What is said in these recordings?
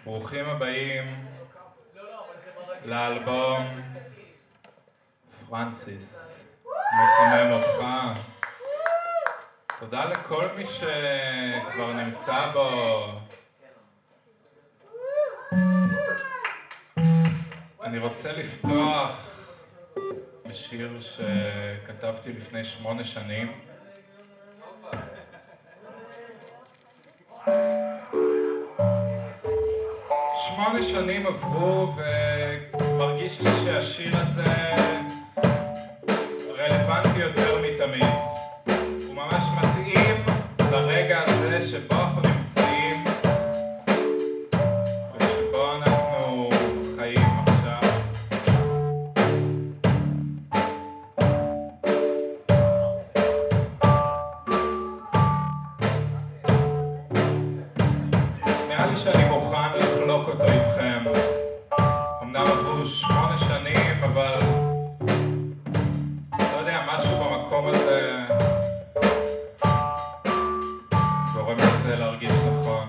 ברוכים הבאים לאלבום פרנסיס, מחמם אותך. תודה לכל מי שכבר נמצא בו. אני רוצה לפתוח בשיר שכתבתי לפני 8 שנים. שמונה שנים עברו ומרגיש לי שהשיר הזה רלוונטי יותר מתמיד. הוא ממש מתאים לרגע הזה שבו אנחנו נמצאים ושבו אנחנו חיים עכשיו. נראה לי שאני מוכן לחלוק אותו איתכם. אמנם עברו 8 שנים, אבל לא יודע, משהו במקום הזה גורם לזה להרגיש נכון.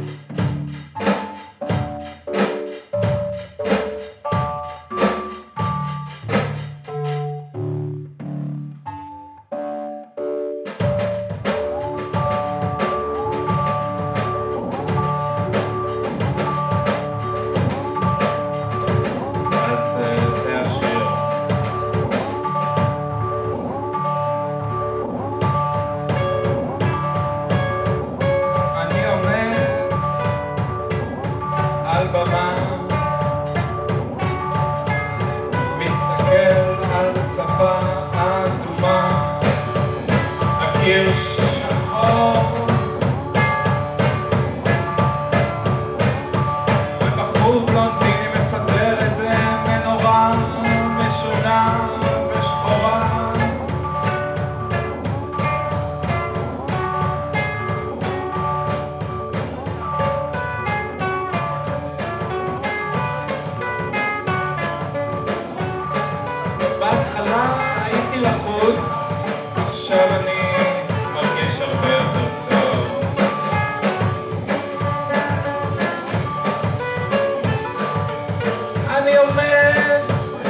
על במה, מסתכל על שפה אדומה, הקיר שחור, ובחור בלונדיני מסדר איזה מנורה משונה ושחורה. בהתחלה הייתי לחוץ, עכשיו אני מרגיש הרבה יותר טוב. אני עומד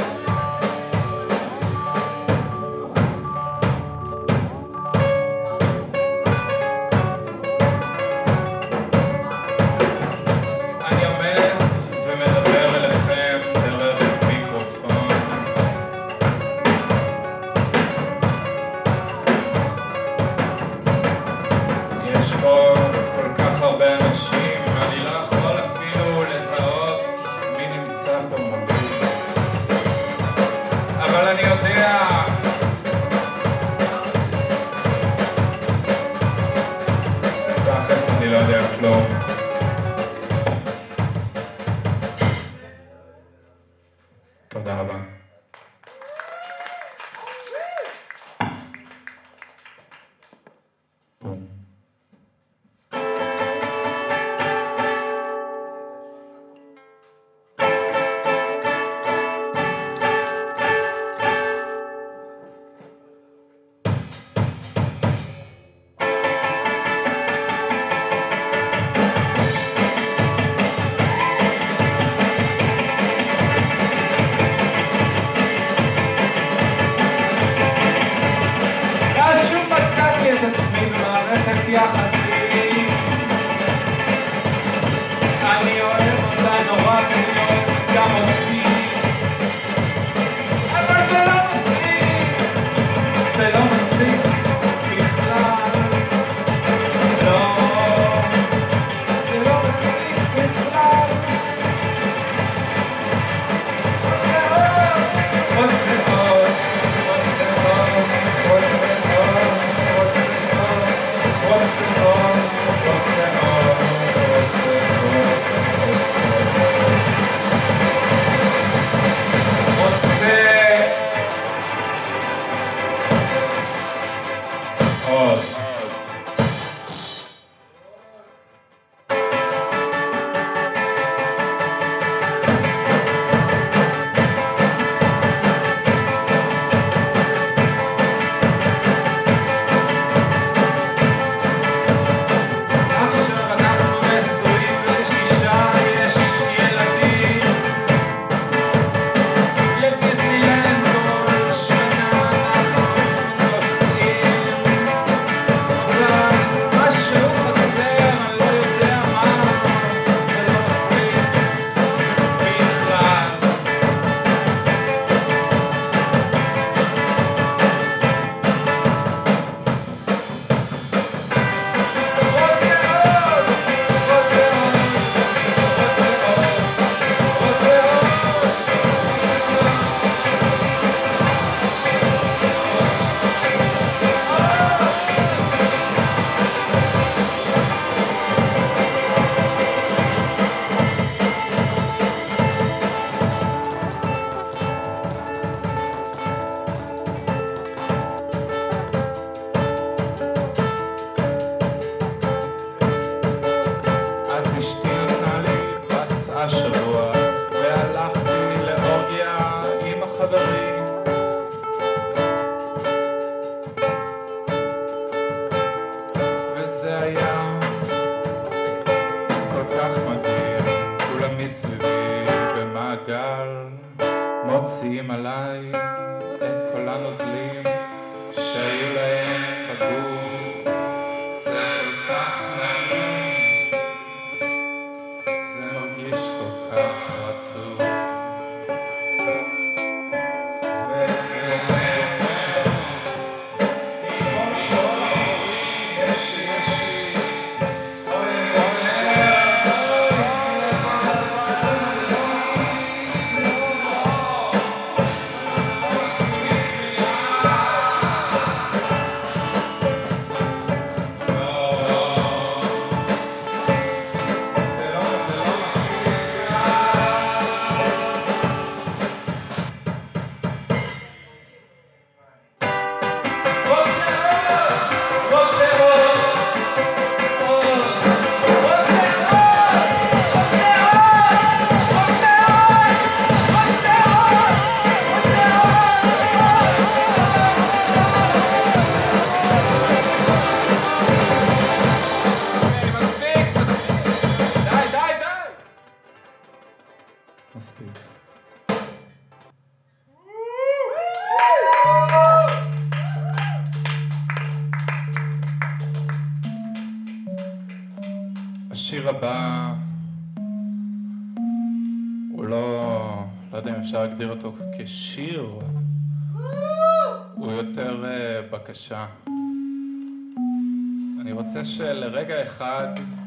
ומדבר אליכם דרך מיקרופון. יש פה כל כך הרבה אנשים, ואני לא יכול אפילו לזהות מי נמצא פה מולי. אבל אני יודע תכלס אני לא יודע כלום. תודה רבה. יחסים, אני אוהב אותה נורא ואני אוהב גם אותי, אבל זה לא מספיק, זה לא מספיק בכלל, לא, זה לא מספיק בכלל. רוצה עוד, רוצה עוד, מוציאים עליי את כל הנוזלים שהיו להם בגוף. זה כל כך נעים, זה מרגיש כל כך רטוב. מספיק. השיר הבא הוא לא יודע אם אפשר להגדיר אותו כשיר, הוא יותר בקשה. אני רוצה שלרגע אחד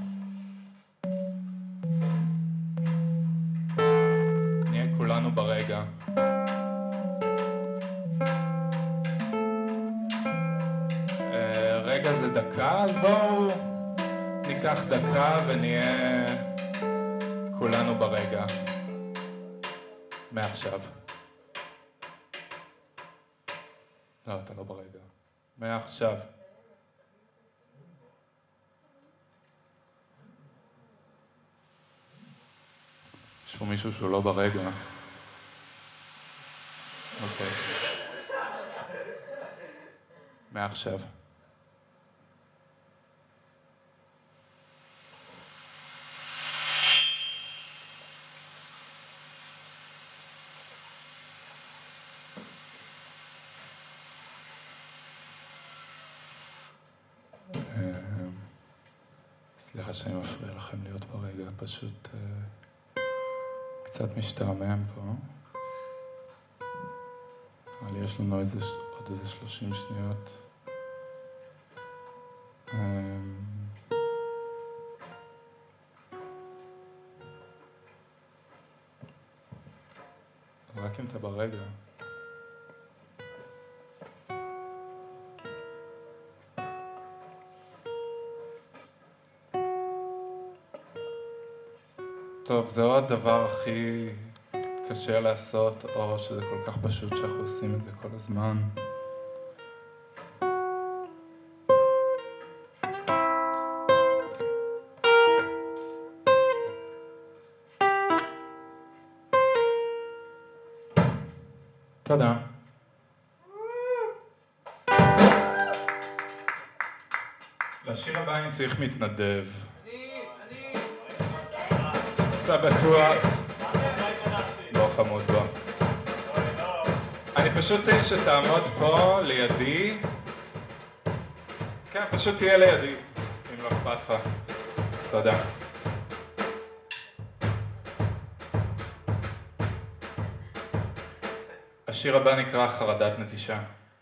כולנו ברגע. רגע זה דקה, אז בואו ניקח דקה ונהיה כולנו ברגע. מעכשיו. לא, אתה לא ברגע. מעכשיו. יש פה מישהו שהוא לא ברגע. אוקיי. מעכשיו. סליחה שאני מפריע לכם להיות ברגע, פשוט קצת משתעמם פה. אבל יש לנו עוד איזה 30 שניות. רק אם אתה ברגע. טוב, זה עוד הדבר הכי קשה לעשות, או שזה כל כך פשוט שאנחנו עושים את זה כל הזמן. תודה. לשיר הבא אני צריך מתנדב. אתה בטוח? לא חמוד בו. אני פשוט צריך שתעמוד פה לידי. כן, פשוט תהיה לידי, אם לא אכפת לך. תודה. השיר הבא נקרא חרדת נטישה.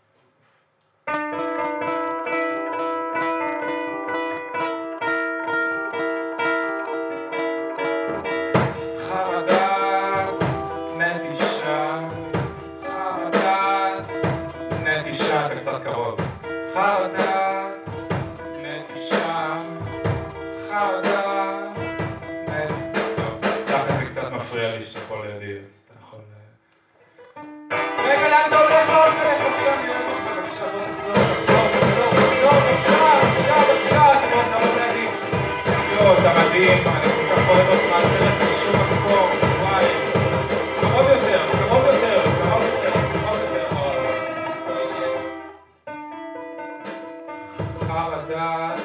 חרדת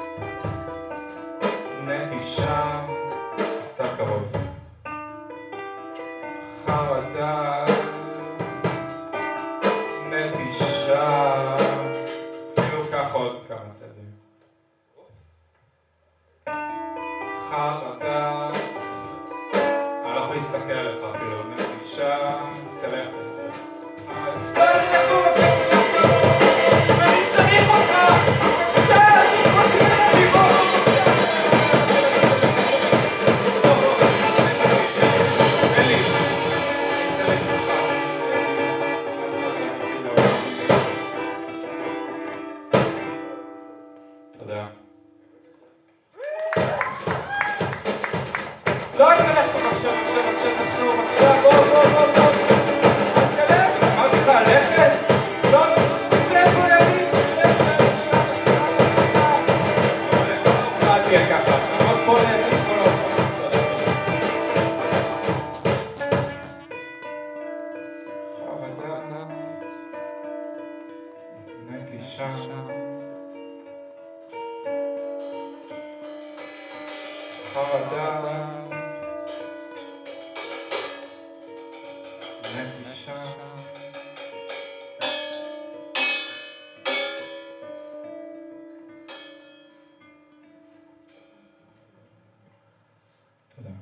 נטישה, קצת קרוב. חרדת להסתכל עליך אפילו, נטישה, תלך. אני צריך אותך! תודה. לא ייכנס לך עכשיו, בוא. תתקלם, אמרתי לך ללכת? לא, תלכו ידי. תהיה ככה, בוא לידי, בוא לא. נטישה. חרדה, נטישה, תודה.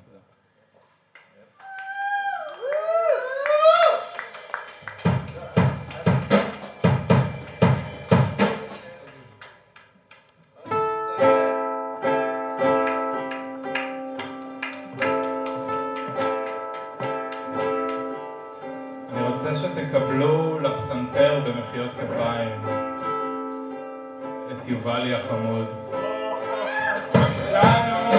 שתקבלו לפסנתר במחיאות כפיים את יובלי החמוד. שלנו!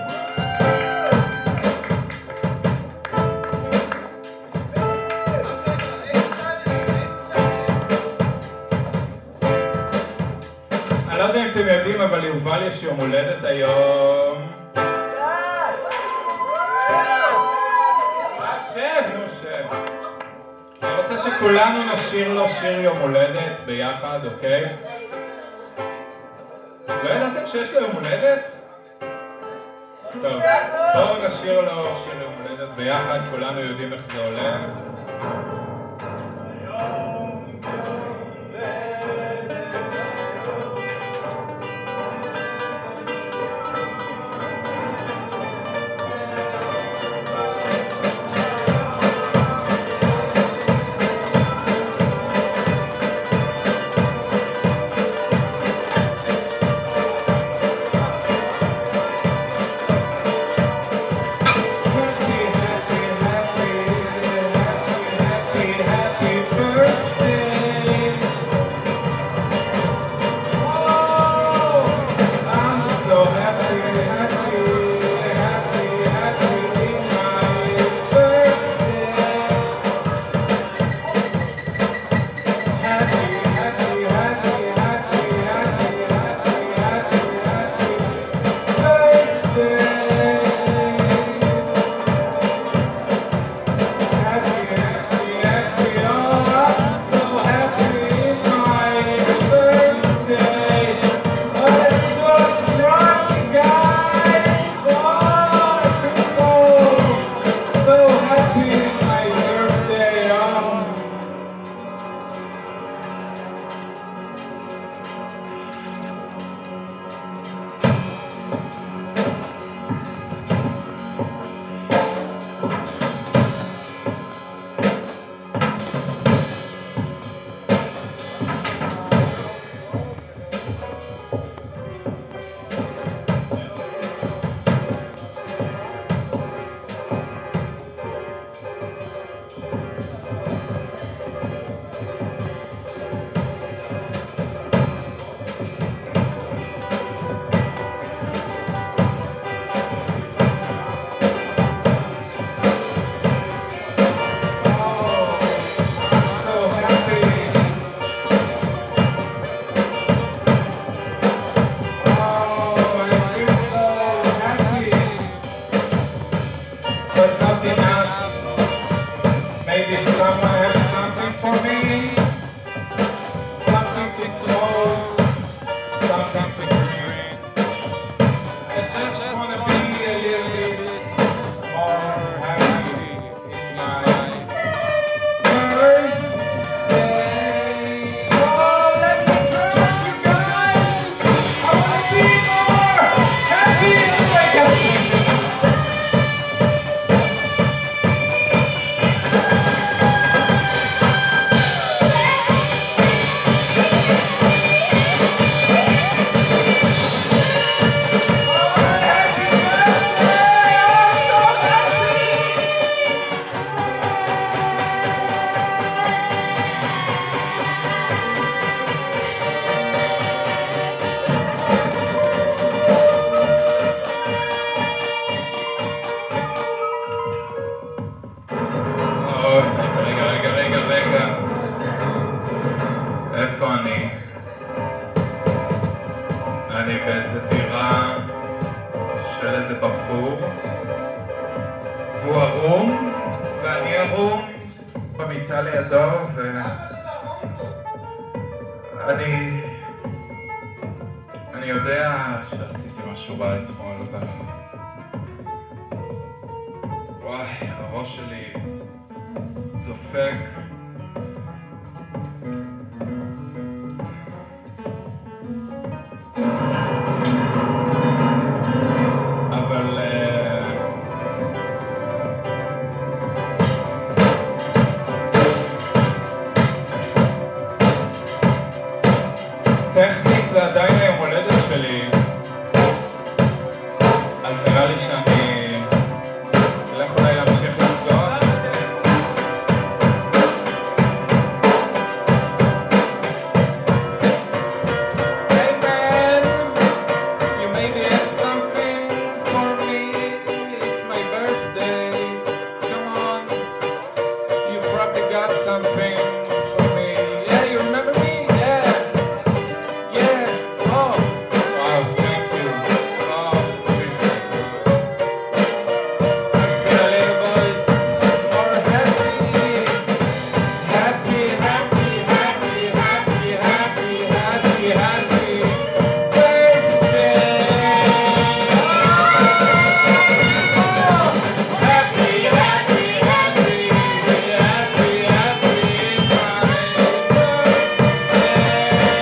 אני לא יודע אם אתם יודעים, אבל יובלי יש יום הולדת היום. שב. אני רוצה שכולנו נשיר לו שיר יום הולדת ביחד, אוקיי? לא ידעתם שיש לו יום הולדת? טוב, בואו נשיר לו שיר יום הולדת ביחד, כולנו יודעים איך זה הולך. והוא ערום, ואני ערום במיטה לידו, אני יודע שעשיתי משהו רע אתמול, אבל וואי, הראש שלי דופק. אבל טכנית זה עדיין היום הולדת שלי, אז נראה לי שאני אלך אולי להמשיך לצלוח. Hey man, you maybe have something for me. It's my birthday. Come on, you probably got something for me. Yeah, you remember me? Yeah. Yeah. Oh. Wow, thank you. Oh, feel a little bit more happy. Happy, happy, happy, happy, happy, happy, happy birthday. Oh, happy, happy, happy, happy, happy, my birthday.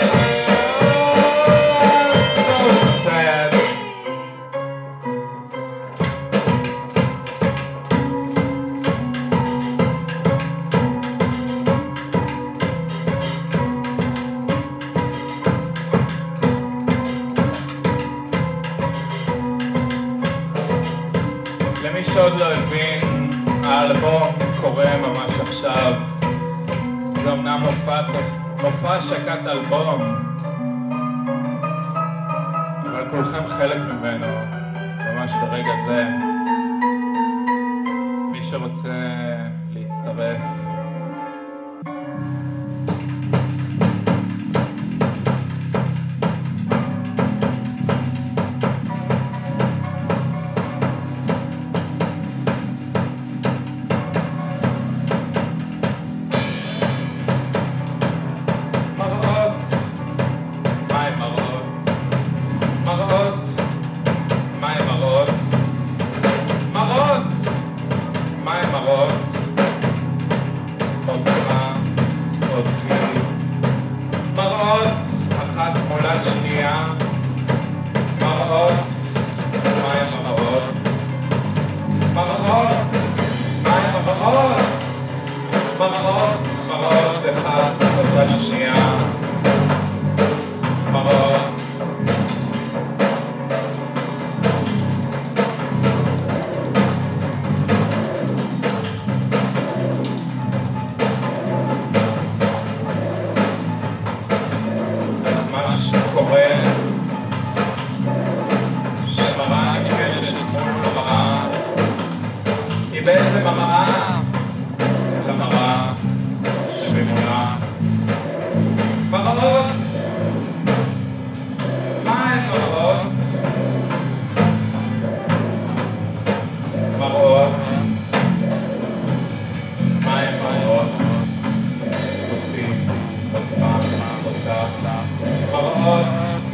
Oh, I'm so sad. למי שעוד לא הבין, האלבום קורה ממש עכשיו. זה אמנם מופע השקת אלבום, אבל כולכם חלק ממנו, ממש ברגע זה. מי שרוצה להצטרף. מראות, מהי מראות? מראות, מהי מראות? מראות, מהי מראות? אותך, אותי. מראות, אחת מול השנייה. מראות, מהי מראות? מראות, מהי מראות? מראות, מראות, אחת מול השנייה. מראות. מה שקורה, שמראה ניגשת מול מראה, היא בעצם המראה, אלא מראה שמולה. מראות, מה הן מראות? מראות, מה הן מראות? אותי, אותך, אותך. מראות,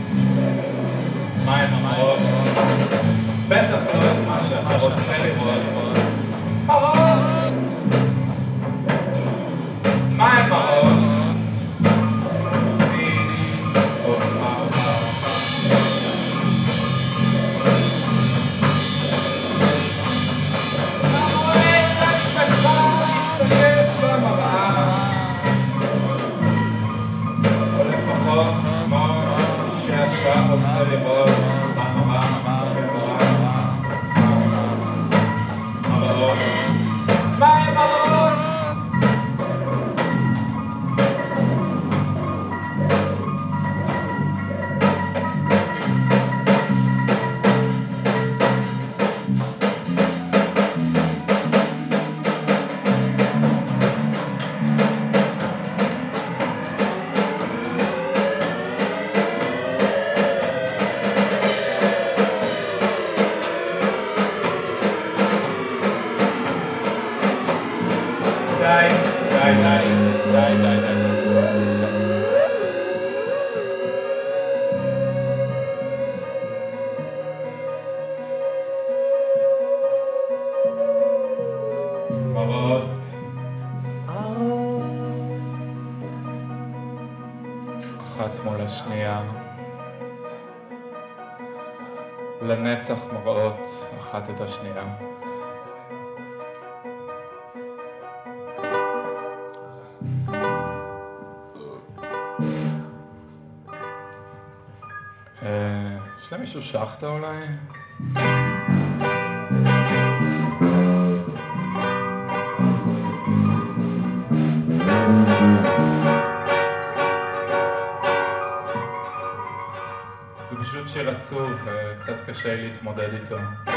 מה הן מראות? בטח לא את מה שאתה רוצה לראות. מראות, מה הן מראות? אותי, אותך. די, די, די, די, די, די. מראות. אחת מול השנייה. לנצח מראות אחת את השנייה. יש למישהו שחטה אולי? זה פשוט שיר עצוב וקצת קשה להתמודד איתו.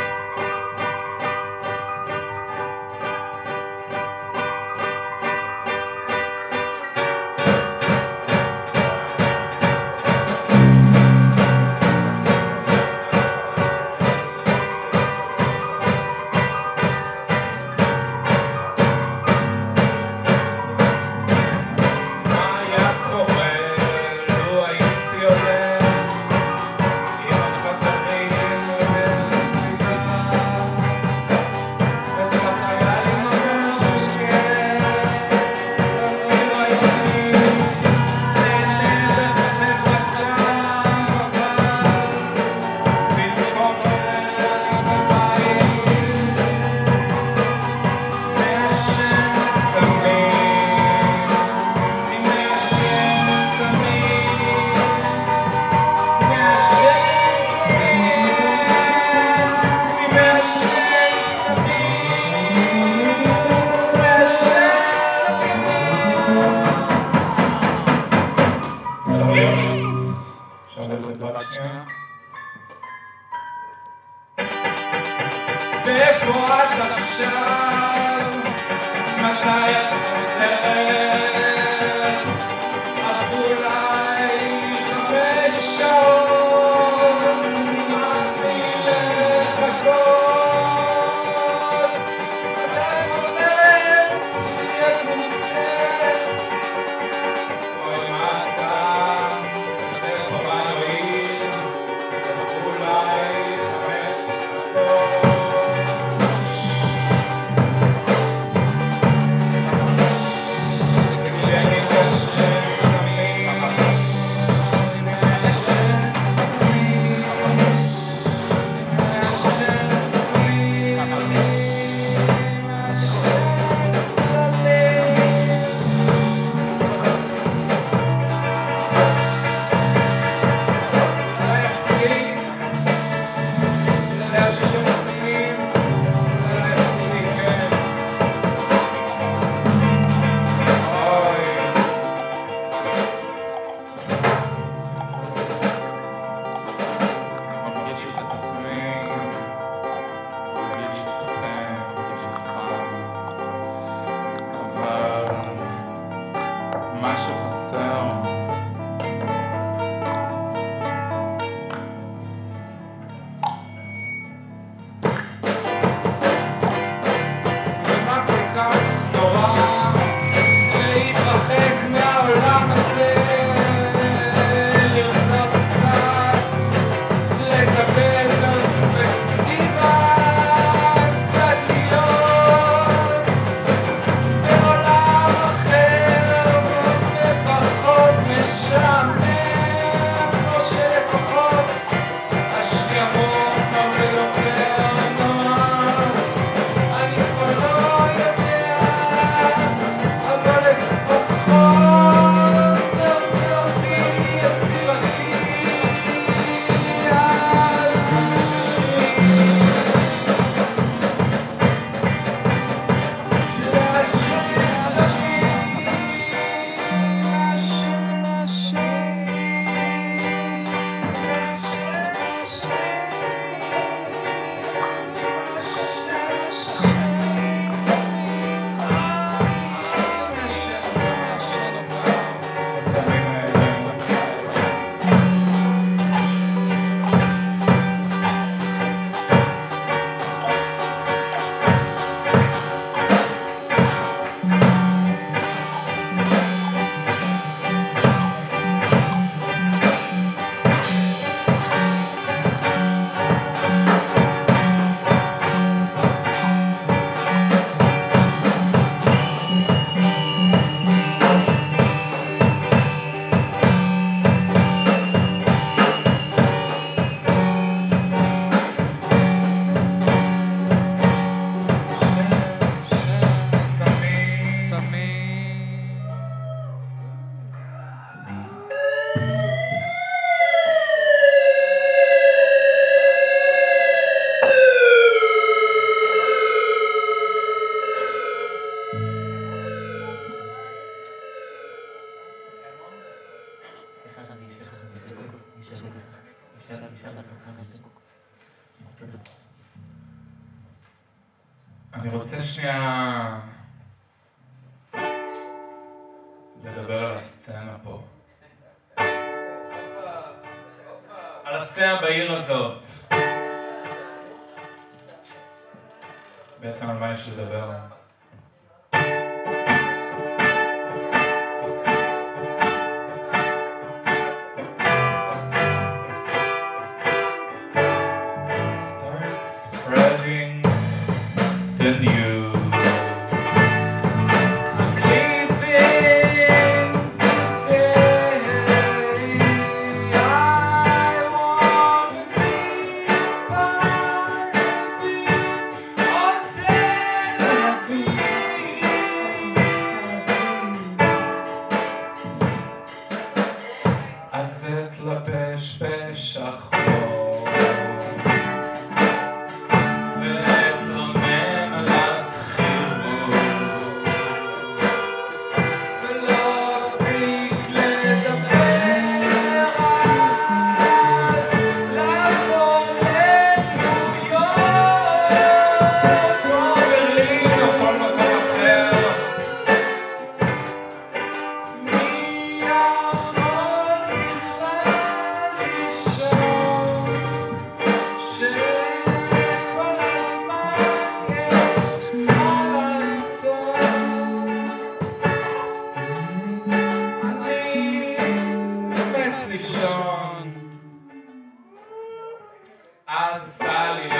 משהו חסר. ומה כל כך נורא להתרחק מהעולם הזה, לרצות קצת, לקבל פרספקטיבה, קצת להיות בעולם אחר. אני רוצה שנייה לדבר על הסצנה פה. על הסצנה בעיר הזאת. בעצם על מה יש לדבר. The news. I'm leaving today. I want to be part of it. On Tennessee. אז אתלבש בשחור. אז עשה לי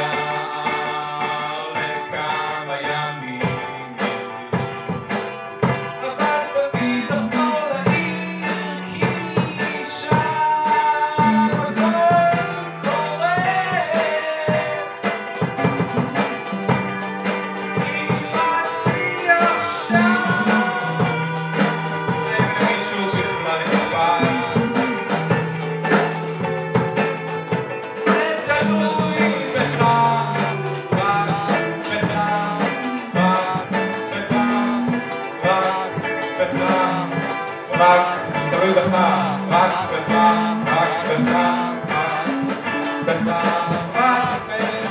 ליער לכמה ימים, אבל תמיד אחזור לעיר, כי שם הכל קורה. אם אצליח שם, אין מישהו בכלל אכפת. רק תלוי בך, רק בך, רק בך, רק בך, רק בך.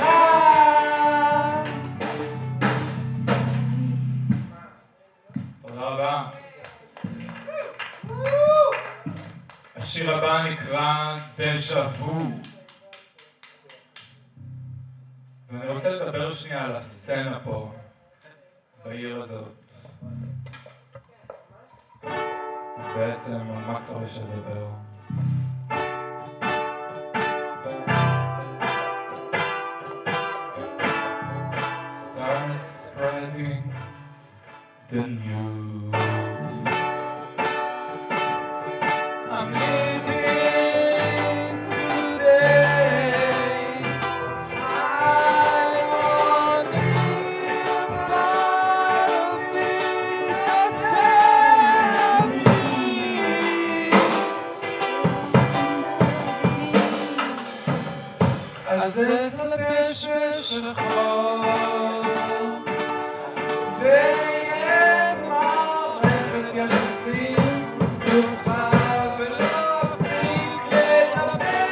תודה רבה. השיר הבא נקרא דז'ה וו. ואני רוצה לדבר שנייה על הסצנה פה, בעיר הזאת. בעצם מה כבר יש לדבר? Start spreading the news. I'm leaving today. I want to be part of it. אז אתלבש בשחור ויהיה מערכת יחסים פתוחה ולא אפסיק לדבר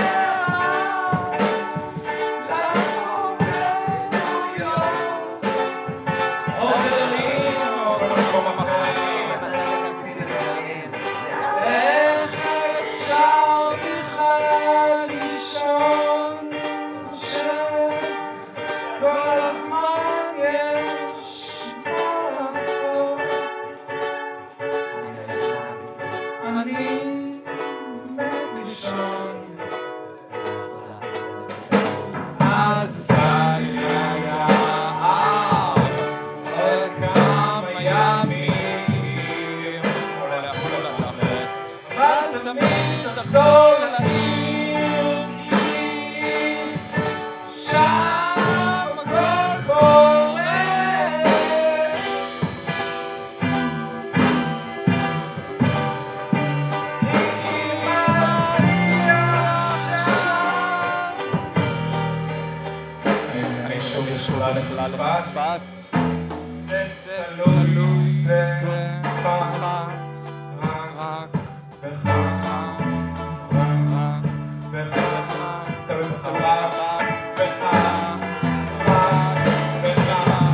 לעבור בניו יורק או ברלין או במקום אחר. איך אפשר בכלל לישון כל הזמן יש מה לעשות? אני מת לישון. אז היה לכמה ימים, אבל תמיד תחזור לעיר, כי שם הכל קורה. אם אצליח שם. אני שוב ישולה לצפת. זה תלוי בך, רק בך, רק בך, תלוי בך, רק בך, רק בך.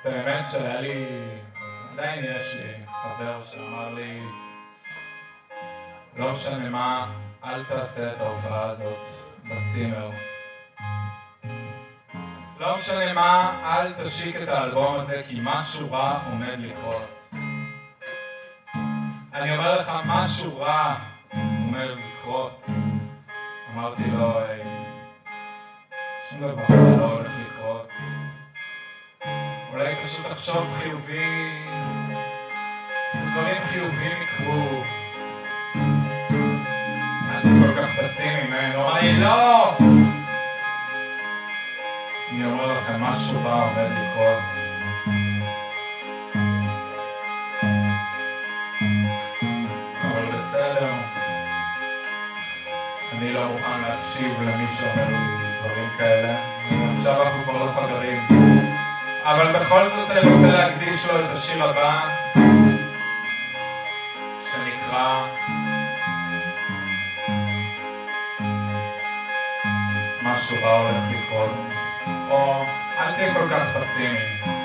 את האמת שהיה לי, עדיין יש לי חבר שאמר לי, לא משנה מה, אל תעשה את ההופעה הזאת בצימר. לא משנה מה, אל תשיק את האלבום הזה, כי משהו רע עומד לקרות. אני אומר לך, משהו רע עומד לקרות. אמרתי לו, שום דבר לא הולך לקרות. אולי פשוט תחשוב חיובי, דברים חיוביים יקרו. אני כל כך פסימי ממנו, אמר לי לא! אני אומר לכם, משהו רע עומד לקרות. אבל בסדר. אני לא מוכן להקשיב למי שאומר לי דברים כאלה. עכשיו אנחנו כבר לא חברים. אבל בכל זאת אני רוצה להקדיש לו את השיר הבא, שנקרא משהו רע הולך לקרות, או אל תהיה כל כך פסימי.